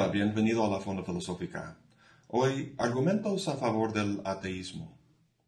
Hola, bienvenido a la Fonda Filosófica. Hoy, argumentos a favor del ateísmo.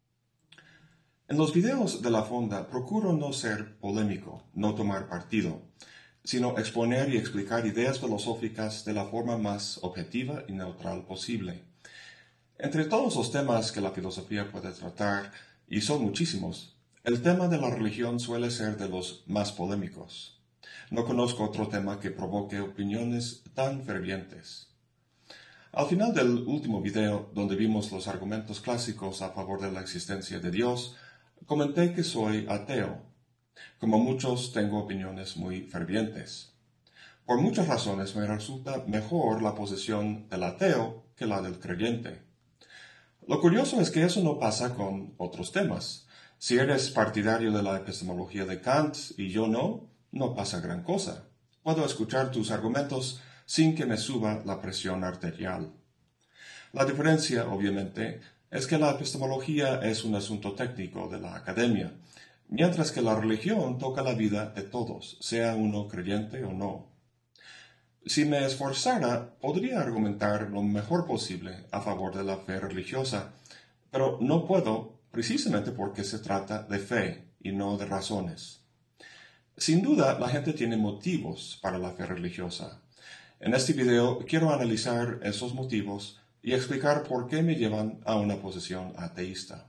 En los videos de la Fonda procuro no ser polémico, no tomar partido, sino exponer y explicar ideas filosóficas de la forma más objetiva y neutral posible. Entre todos los temas que la filosofía puede tratar, y son muchísimos, el tema de la religión suele ser de los más polémicos. No conozco otro tema que provoque opiniones tan fervientes. Al final del último video, donde vimos los argumentos clásicos a favor de la existencia de Dios, comenté que soy ateo. Como muchos, tengo opiniones muy fervientes. Por muchas razones me resulta mejor la posición del ateo que la del creyente. Lo curioso es que eso no pasa con otros temas. Si eres partidario de la epistemología de Kant y yo no pasa gran cosa. Puedo escuchar tus argumentos sin que me suba la presión arterial. La diferencia, obviamente, es que la epistemología es un asunto técnico de la academia, mientras que la religión toca la vida de todos, sea uno creyente o no. Si me esforzara, podría argumentar lo mejor posible a favor de la fe religiosa, pero no puedo precisamente porque se trata de fe y no de razones. Sin duda, la gente tiene motivos para la fe religiosa. En este video quiero analizar esos motivos y explicar por qué me llevan a una posición ateísta.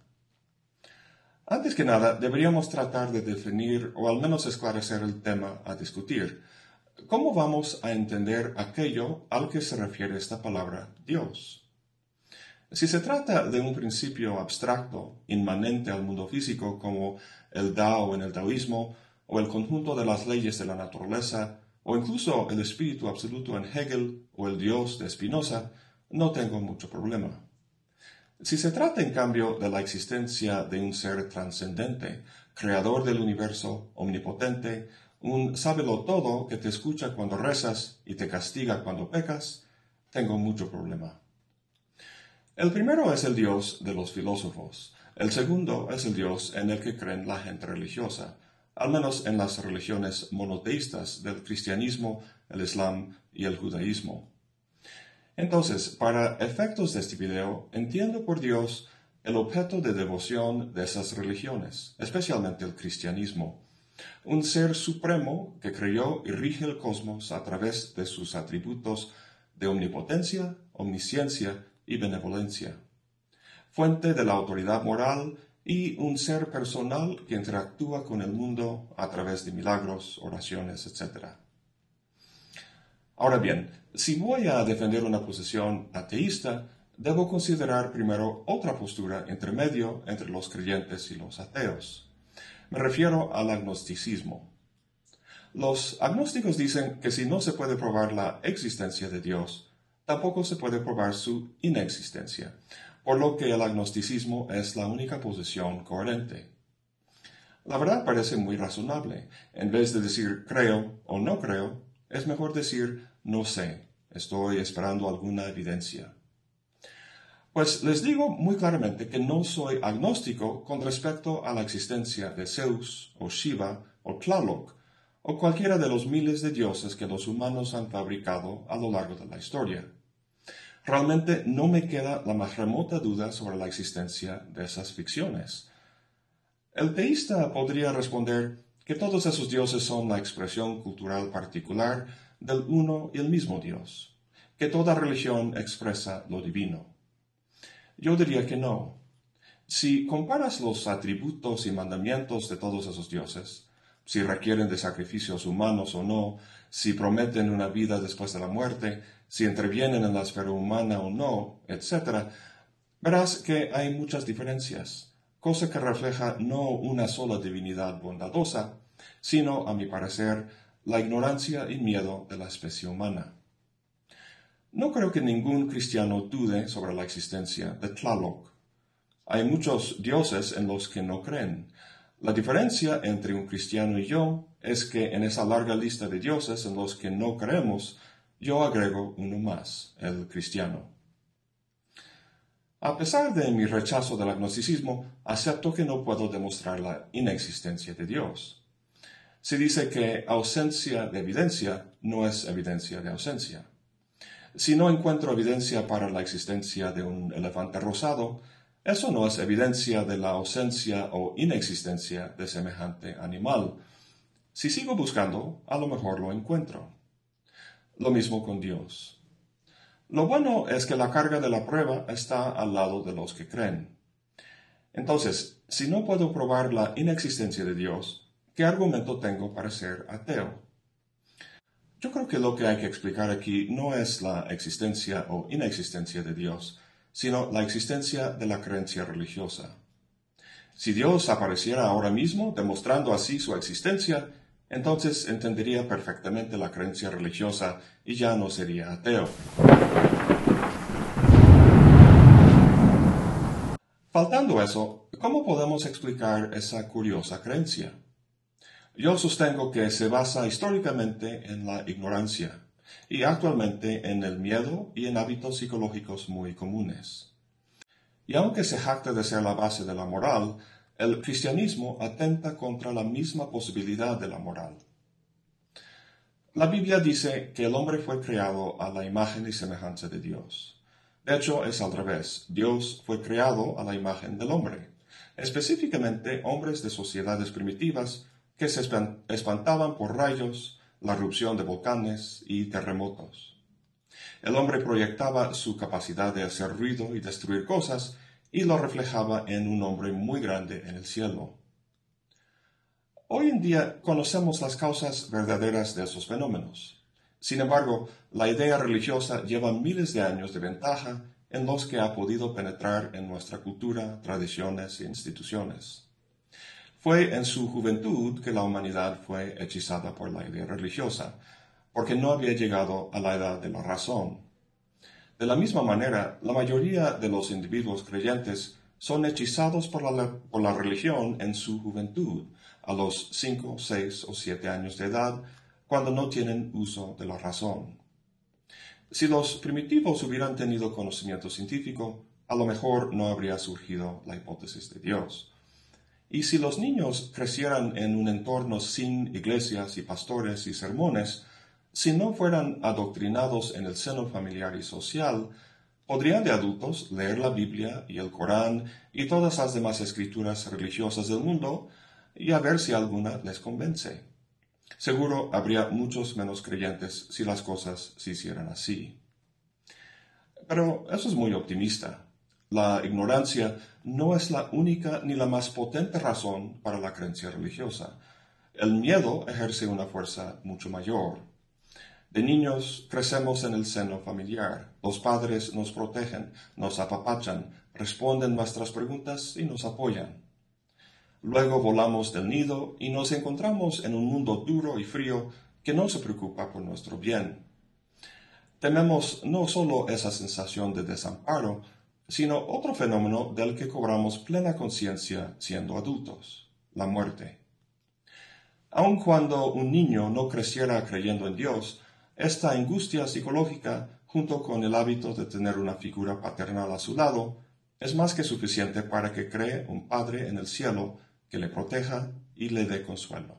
Antes que nada, deberíamos tratar de definir o al menos esclarecer el tema a discutir. ¿Cómo vamos a entender aquello al que se refiere esta palabra Dios? Si se trata de un principio abstracto, inmanente al mundo físico, como el Dao en el taoísmo, o el conjunto de las leyes de la naturaleza, o incluso el espíritu absoluto en Hegel o el Dios de Spinoza, no tengo mucho problema. Si se trata, en cambio, de la existencia de un ser trascendente, creador del universo, omnipotente, un sábelo-todo que te escucha cuando rezas y te castiga cuando pecas, tengo mucho problema. El primero es el Dios de los filósofos. El segundo es el Dios en el que creen la gente religiosa, al menos en las religiones monoteístas del cristianismo, el islam y el judaísmo. Entonces, para efectos de este video, entiendo por Dios el objeto de devoción de esas religiones, especialmente el cristianismo, un ser supremo que creó y rige el cosmos a través de sus atributos de omnipotencia, omnisciencia y benevolencia, fuente de la autoridad moral y un ser personal que interactúa con el mundo a través de milagros, oraciones, etc. Ahora bien, si voy a defender una posición ateísta, debo considerar primero otra postura intermedio entre los creyentes y los ateos. Me refiero al agnosticismo. Los agnósticos dicen que si no se puede probar la existencia de Dios, tampoco se puede probar su inexistencia, por lo que el agnosticismo es la única posición coherente. La verdad parece muy razonable. En vez de decir creo o no creo, es mejor decir no sé, estoy esperando alguna evidencia. Pues les digo muy claramente que no soy agnóstico con respecto a la existencia de Zeus o Shiva o Tlaloc o cualquiera de los miles de dioses que los humanos han fabricado a lo largo de la historia. Realmente no me queda la más remota duda sobre la existencia de esas ficciones. El teísta podría responder que todos esos dioses son la expresión cultural particular del uno y el mismo Dios, que toda religión expresa lo divino. Yo diría que no. Si comparas los atributos y mandamientos de todos esos dioses, si requieren de sacrificios humanos o no, si prometen una vida después de la muerte, si intervienen en la esfera humana o no, etc., verás que hay muchas diferencias, cosa que refleja no una sola divinidad bondadosa, sino, a mi parecer, la ignorancia y miedo de la especie humana. No creo que ningún cristiano dude sobre la existencia de Tlaloc. Hay muchos dioses en los que no creen. La diferencia entre un cristiano y yo es que en esa larga lista de dioses en los que no creemos, yo agrego uno más, el cristiano. A pesar de mi rechazo del agnosticismo, acepto que no puedo demostrar la inexistencia de Dios. Se dice que ausencia de evidencia no es evidencia de ausencia. Si no encuentro evidencia para la existencia de un elefante rosado, eso no es evidencia de la ausencia o inexistencia de semejante animal. Si sigo buscando, a lo mejor lo encuentro. Lo mismo con Dios. Lo bueno es que la carga de la prueba está al lado de los que creen. Entonces, si no puedo probar la inexistencia de Dios, ¿qué argumento tengo para ser ateo? Yo creo que lo que hay que explicar aquí no es la existencia o inexistencia de Dios, sino la existencia de la creencia religiosa. Si Dios apareciera ahora mismo, demostrando así su existencia, entonces entendería perfectamente la creencia religiosa y ya no sería ateo. Faltando eso, ¿cómo podemos explicar esa curiosa creencia? Yo sostengo que se basa históricamente en la ignorancia y actualmente en el miedo y en hábitos psicológicos muy comunes. Y aunque se jacta de ser la base de la moral, el cristianismo atenta contra la misma posibilidad de la moral. La Biblia dice que el hombre fue creado a la imagen y semejanza de Dios. De hecho, es al revés. Dios fue creado a la imagen del hombre, específicamente hombres de sociedades primitivas que se espantaban por rayos, la erupción de volcanes y terremotos. El hombre proyectaba su capacidad de hacer ruido y destruir cosas y lo reflejaba en un hombre muy grande en el cielo. Hoy en día conocemos las causas verdaderas de esos fenómenos. Sin embargo, la idea religiosa lleva miles de años de ventaja en los que ha podido penetrar en nuestra cultura, tradiciones e instituciones. Fue en su juventud que la humanidad fue hechizada por la idea religiosa, porque no había llegado a la edad de la razón. De la misma manera, la mayoría de los individuos creyentes son hechizados por la religión en su juventud, a los 5, 6 o 7 años de edad, cuando no tienen uso de la razón. Si los primitivos hubieran tenido conocimiento científico, a lo mejor no habría surgido la hipótesis de Dios. Y si los niños crecieran en un entorno sin iglesias y pastores y sermones, si no fueran adoctrinados en el seno familiar y social, podrían de adultos leer la Biblia y el Corán y todas las demás escrituras religiosas del mundo y a ver si alguna les convence. Seguro habría muchos menos creyentes si las cosas se hicieran así. Pero eso es muy optimista. La ignorancia no es la única ni la más potente razón para la creencia religiosa. El miedo ejerce una fuerza mucho mayor. De niños crecemos en el seno familiar. Los padres nos protegen, nos apapachan, responden nuestras preguntas y nos apoyan. Luego volamos del nido y nos encontramos en un mundo duro y frío que no se preocupa por nuestro bien. Tememos no solo esa sensación de desamparo, sino otro fenómeno del que cobramos plena conciencia siendo adultos, la muerte. Aun cuando un niño no creciera creyendo en Dios, esta angustia psicológica, junto con el hábito de tener una figura paternal a su lado, es más que suficiente para que cree un Padre en el cielo que le proteja y le dé consuelo.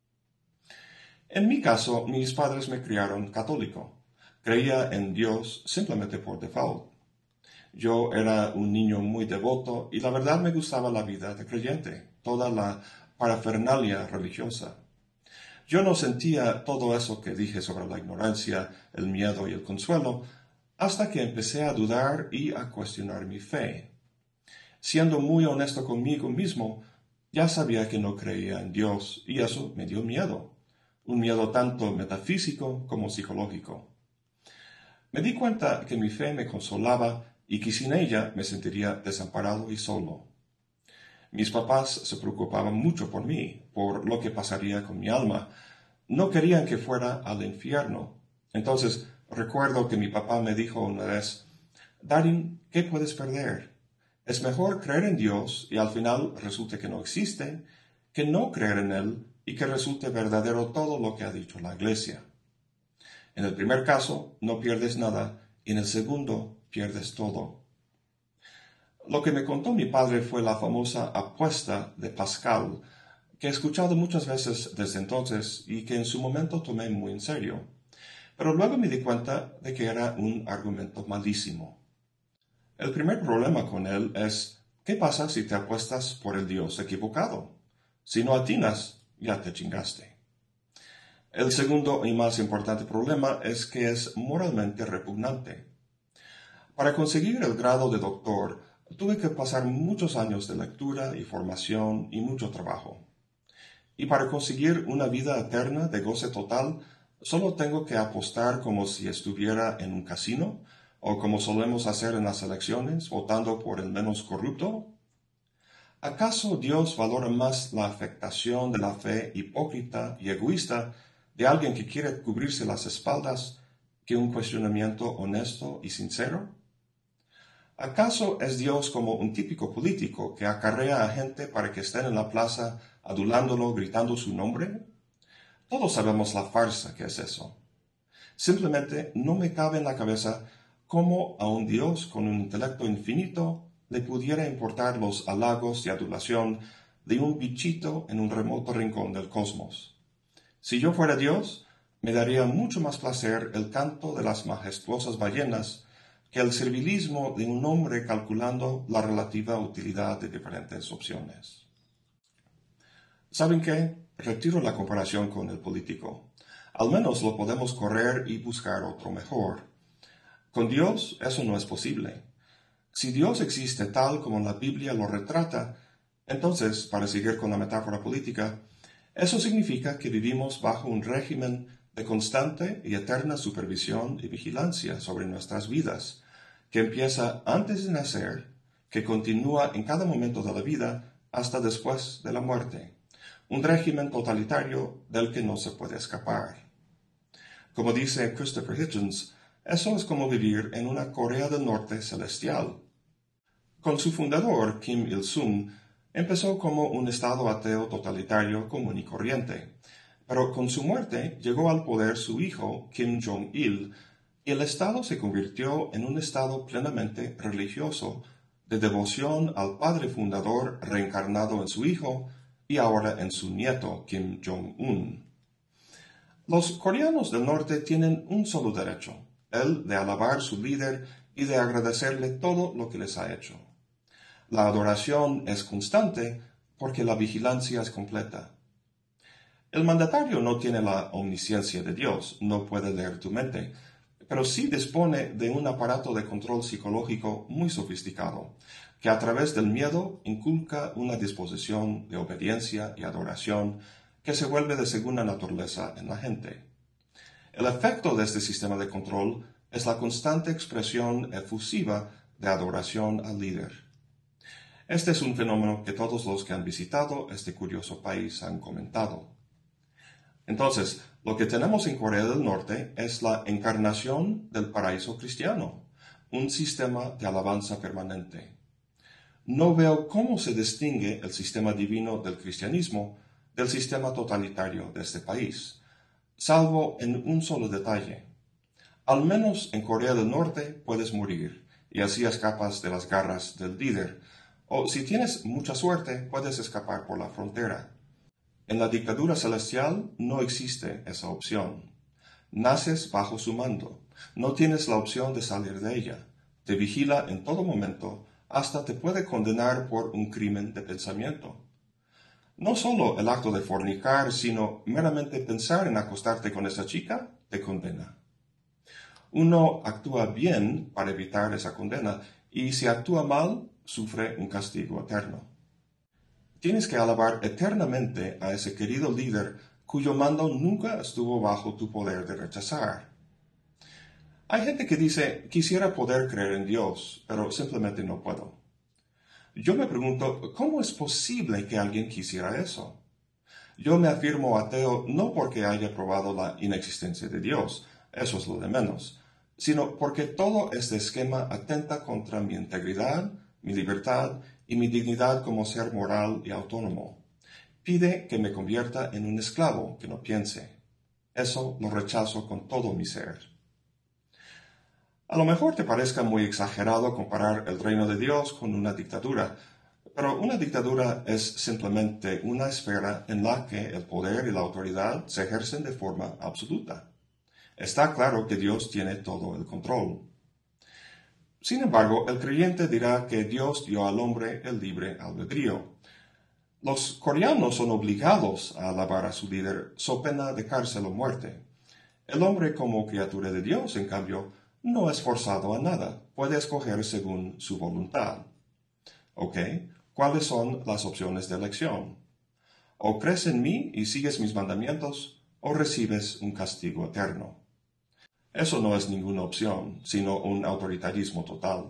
En mi caso, mis padres me criaron católico. Creía en Dios simplemente por default. Yo era un niño muy devoto y la verdad me gustaba la vida de creyente, toda la parafernalia religiosa. Yo no sentía todo eso que dije sobre la ignorancia, el miedo y el consuelo, hasta que empecé a dudar y a cuestionar mi fe. Siendo muy honesto conmigo mismo, ya sabía que no creía en Dios y eso me dio miedo, un miedo tanto metafísico como psicológico. Me di cuenta que mi fe me consolaba y que sin ella me sentiría desamparado y solo. Mis papás se preocupaban mucho por mí, por lo que pasaría con mi alma. No querían que fuera al infierno. Entonces recuerdo que mi papá me dijo una vez, «Darin, ¿qué puedes perder? Es mejor creer en Dios y al final resulte que no existe, que no creer en Él y que resulte verdadero todo lo que ha dicho la Iglesia. En el primer caso no pierdes nada y en el segundo pierdes todo». Lo que me contó mi padre fue la famosa apuesta de Pascal, que he escuchado muchas veces desde entonces y que en su momento tomé muy en serio. pero luego me di cuenta de que era un argumento malísimo. El primer problema con él es, ¿qué pasa si te apuestas por el Dios equivocado? Si no atinas, ya te chingaste. El segundo y más importante problema es que es moralmente repugnante. Para conseguir el grado de doctor, tuve que pasar muchos años de lectura y formación y mucho trabajo. Y para conseguir una vida eterna de goce total, solo tengo que apostar como si estuviera en un casino, o como solemos hacer en las elecciones, votando por el menos corrupto. ¿Acaso Dios valora más la afectación de la fe hipócrita y egoísta de alguien que quiere cubrirse las espaldas que un cuestionamiento honesto y sincero? ¿Acaso es Dios como un típico político que acarrea a gente para que estén en la plaza adulándolo, gritando su nombre? Todos sabemos la farsa que es eso. Simplemente no me cabe en la cabeza cómo a un Dios con un intelecto infinito le pudiera importar los halagos y adulación de un bichito en un remoto rincón del cosmos. Si yo fuera Dios, me daría mucho más placer el canto de las majestuosas ballenas que el servilismo de un hombre calculando la relativa utilidad de diferentes opciones. ¿Saben qué? Retiro la comparación con el político. Al menos lo podemos correr y buscar otro mejor. Con Dios eso no es posible. Si Dios existe tal como la Biblia lo retrata, entonces, para seguir con la metáfora política, eso significa que vivimos bajo un régimen de constante y eterna supervisión y vigilancia sobre nuestras vidas, que empieza antes de nacer, que continúa en cada momento de la vida hasta después de la muerte. Un régimen totalitario del que no se puede escapar. Como dice Christopher Hitchens, eso es como vivir en una Corea del Norte celestial. Con su fundador, Kim Il-sung, empezó como un estado ateo totalitario común y corriente, pero con su muerte llegó al poder su hijo, Kim Jong-il, y el estado se convirtió en un estado plenamente religioso, de devoción al padre fundador reencarnado en su hijo y ahora en su nieto, Kim Jong-un. Los coreanos del norte tienen un solo derecho, el de alabar su líder y de agradecerle todo lo que les ha hecho. La adoración es constante porque la vigilancia es completa. El mandatario no tiene la omnisciencia de Dios, no puede leer tu mente, pero sí dispone de un aparato de control psicológico muy sofisticado, que a través del miedo inculca una disposición de obediencia y adoración que se vuelve de segunda naturaleza en la gente. El efecto de este sistema de control es la constante expresión efusiva de adoración al líder. Este es un fenómeno que todos los que han visitado este curioso país han comentado. Entonces, lo que tenemos en Corea del Norte es la encarnación del paraíso cristiano, un sistema de alabanza permanente. No veo cómo se distingue el sistema divino del cristianismo del sistema totalitario de este país, salvo en un solo detalle. Al menos en Corea del Norte puedes morir, y así escapas de las garras del líder, o si tienes mucha suerte puedes escapar por la frontera. En la dictadura celestial no existe esa opción. Naces bajo su mando, no tienes la opción de salir de ella, te vigila en todo momento, hasta te puede condenar por un crimen de pensamiento. No solo el acto de fornicar, sino meramente pensar en acostarte con esa chica, te condena. Uno actúa bien para evitar esa condena, y si actúa mal, sufre un castigo eterno. Tienes que alabar eternamente a ese querido líder cuyo mando nunca estuvo bajo tu poder de rechazar. Hay gente que dice, quisiera poder creer en Dios, pero simplemente no puedo. Yo me pregunto, ¿cómo es posible que alguien quisiera eso? Yo me afirmo ateo no porque haya probado la inexistencia de Dios, eso es lo de menos, sino porque todo este esquema atenta contra mi integridad, mi libertad y mi dignidad como ser moral y autónomo. Pide que me convierta en un esclavo que no piense. Eso lo rechazo con todo mi ser. A lo mejor te parezca muy exagerado comparar el reino de Dios con una dictadura, pero una dictadura es simplemente una esfera en la que el poder y la autoridad se ejercen de forma absoluta. Está claro que Dios tiene todo el control. Sin embargo, el creyente dirá que Dios dio al hombre el libre albedrío. Los coreanos son obligados a alabar a su líder so pena de cárcel o muerte. El hombre como criatura de Dios, en cambio, no es forzado a nada, puede escoger según su voluntad. ¿Ok? ¿Cuáles son las opciones de elección? O crees en mí y sigues mis mandamientos, o recibes un castigo eterno. Eso no es ninguna opción, sino un autoritarismo total.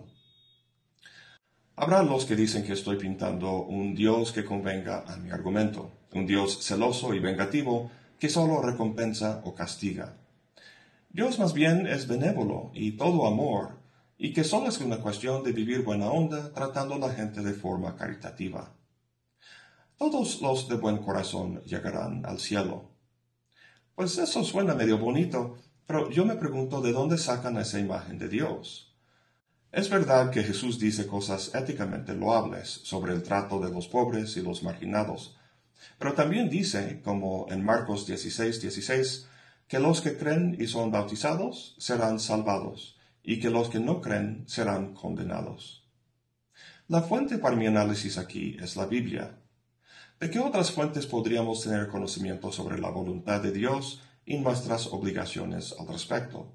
Habrá los que dicen que estoy pintando un Dios que convenga a mi argumento, un Dios celoso y vengativo que solo recompensa o castiga. Dios más bien es benévolo y todo amor, y que solo es una cuestión de vivir buena onda tratando a la gente de forma caritativa. Todos los de buen corazón llegarán al cielo. Pues eso suena medio bonito, pero yo me pregunto de dónde sacan esa imagen de Dios. Es verdad que Jesús dice cosas éticamente loables sobre el trato de los pobres y los marginados, pero también dice, como en Marcos 16:16, que los que creen y son bautizados serán salvados, y que los que no creen serán condenados. La fuente para mi análisis aquí es la Biblia. ¿De qué otras fuentes podríamos tener conocimiento sobre la voluntad de Dios y nuestras obligaciones al respecto?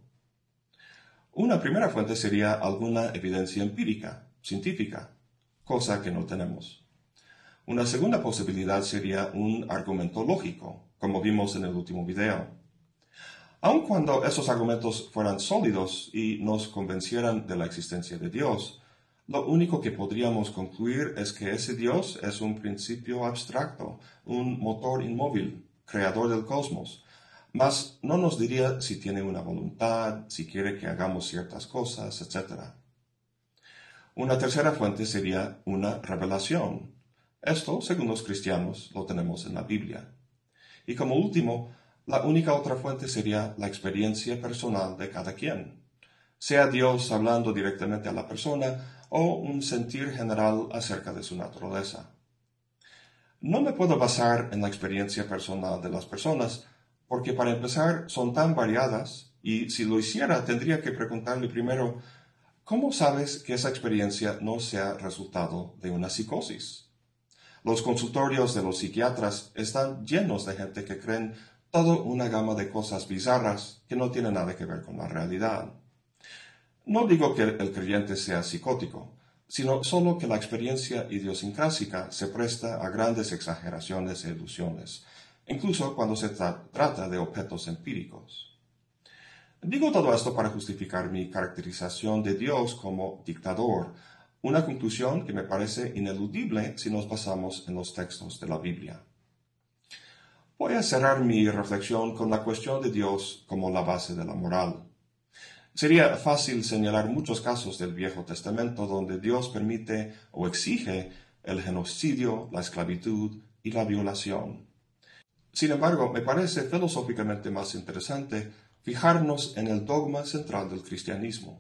Una primera fuente sería alguna evidencia empírica, científica, cosa que no tenemos. Una segunda posibilidad sería un argumento lógico, como vimos en el último video. Aun cuando esos argumentos fueran sólidos y nos convencieran de la existencia de Dios, lo único que podríamos concluir es que ese Dios es un principio abstracto, un motor inmóvil, creador del cosmos, mas no nos diría si tiene una voluntad, si quiere que hagamos ciertas cosas, etc. Una tercera fuente sería una revelación. Esto, según los cristianos, lo tenemos en la Biblia. Y como último, la única otra fuente sería la experiencia personal de cada quien, sea Dios hablando directamente a la persona o un sentir general acerca de su naturaleza. No me puedo basar en la experiencia personal de las personas, porque para empezar son tan variadas, y si lo hiciera tendría que preguntarle primero, ¿cómo sabes que esa experiencia no sea resultado de una psicosis? Los consultorios de los psiquiatras están llenos de gente que creen toda una gama de cosas bizarras que no tienen nada que ver con la realidad. No digo que el creyente sea psicótico, sino solo que la experiencia idiosincrásica se presta a grandes exageraciones e ilusiones, incluso cuando se trata de objetos empíricos. Digo todo esto para justificar mi caracterización de Dios como dictador, una conclusión que me parece ineludible si nos basamos en los textos de la Biblia. Voy a cerrar mi reflexión con la cuestión de Dios como la base de la moral. Sería fácil señalar muchos casos del Viejo Testamento donde Dios permite o exige el genocidio, la esclavitud y la violación. Sin embargo, me parece filosóficamente más interesante fijarnos en el dogma central del cristianismo.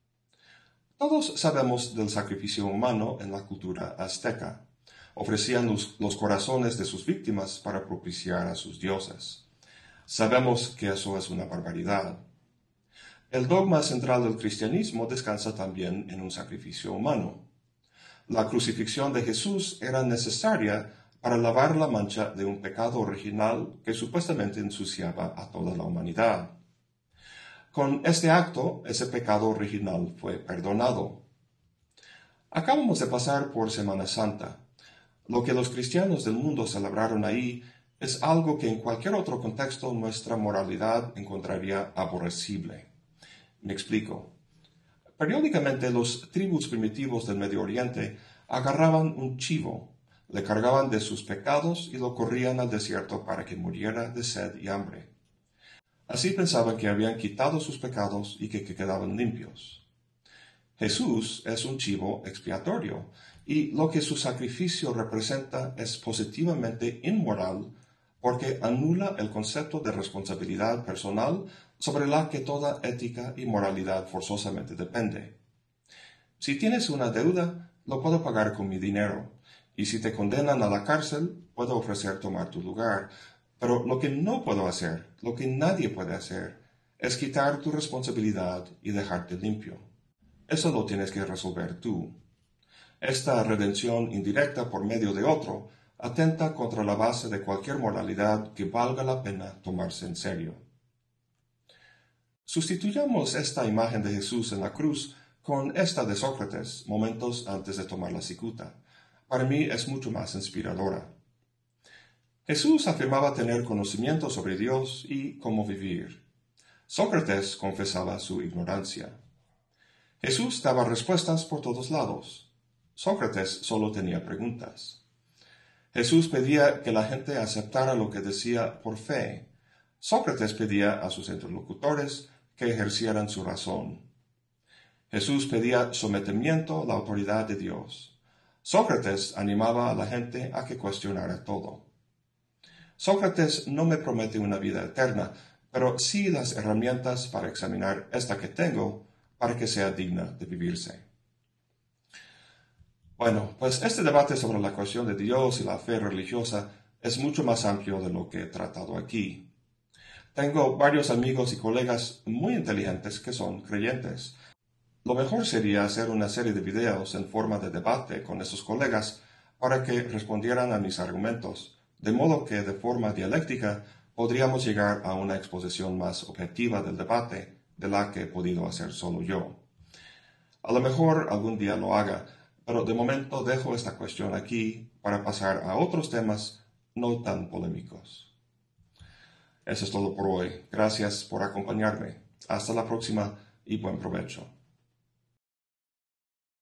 Todos sabemos del sacrificio humano en la cultura azteca. Ofrecían los corazones de sus víctimas para propiciar a sus dioses. Sabemos que eso es una barbaridad. El dogma central del cristianismo descansa también en un sacrificio humano. La crucifixión de Jesús era necesaria para lavar la mancha de un pecado original que supuestamente ensuciaba a toda la humanidad. Con este acto, ese pecado original fue perdonado. Acabamos de pasar por Semana Santa. Lo que los cristianos del mundo celebraron ahí es algo que en cualquier otro contexto nuestra moralidad encontraría aborrecible. Me explico. Periódicamente los tribus primitivos del Medio Oriente agarraban un chivo, le cargaban de sus pecados y lo corrían al desierto para que muriera de sed y hambre. Así pensaban que habían quitado sus pecados y que quedaban limpios. Jesús es un chivo expiatorio, y lo que su sacrificio representa es positivamente inmoral porque anula el concepto de responsabilidad personal sobre la que toda ética y moralidad forzosamente depende. Si tienes una deuda, lo puedo pagar con mi dinero, y si te condenan a la cárcel, puedo ofrecer tomar tu lugar. Pero lo que no puedo hacer, lo que nadie puede hacer, es quitar tu responsabilidad y dejarte limpio. Eso lo tienes que resolver tú. Esta redención indirecta por medio de otro atenta contra la base de cualquier moralidad que valga la pena tomarse en serio. Sustituyamos esta imagen de Jesús en la cruz con esta de Sócrates momentos antes de tomar la cicuta. Para mí es mucho más inspiradora. Jesús afirmaba tener conocimiento sobre Dios y cómo vivir. Sócrates confesaba su ignorancia. Jesús daba respuestas por todos lados. Sócrates solo tenía preguntas. Jesús pedía que la gente aceptara lo que decía por fe. Sócrates pedía a sus interlocutores que ejercieran su razón. Jesús pedía sometimiento a la autoridad de Dios. Sócrates animaba a la gente a que cuestionara todo. Sócrates no me promete una vida eterna, pero sí las herramientas para examinar esta que tengo para que sea digna de vivirse. Bueno, pues este debate sobre la cuestión de Dios y la fe religiosa es mucho más amplio de lo que he tratado aquí. Tengo varios amigos y colegas muy inteligentes que son creyentes. Lo mejor sería hacer una serie de videos en forma de debate con esos colegas para que respondieran a mis argumentos, de modo que de forma dialéctica podríamos llegar a una exposición más objetiva del debate de la que he podido hacer solo yo. A lo mejor algún día lo haga, pero de momento dejo esta cuestión aquí para pasar a otros temas no tan polémicos. Eso es todo por hoy. Gracias por acompañarme. Hasta la próxima y buen provecho.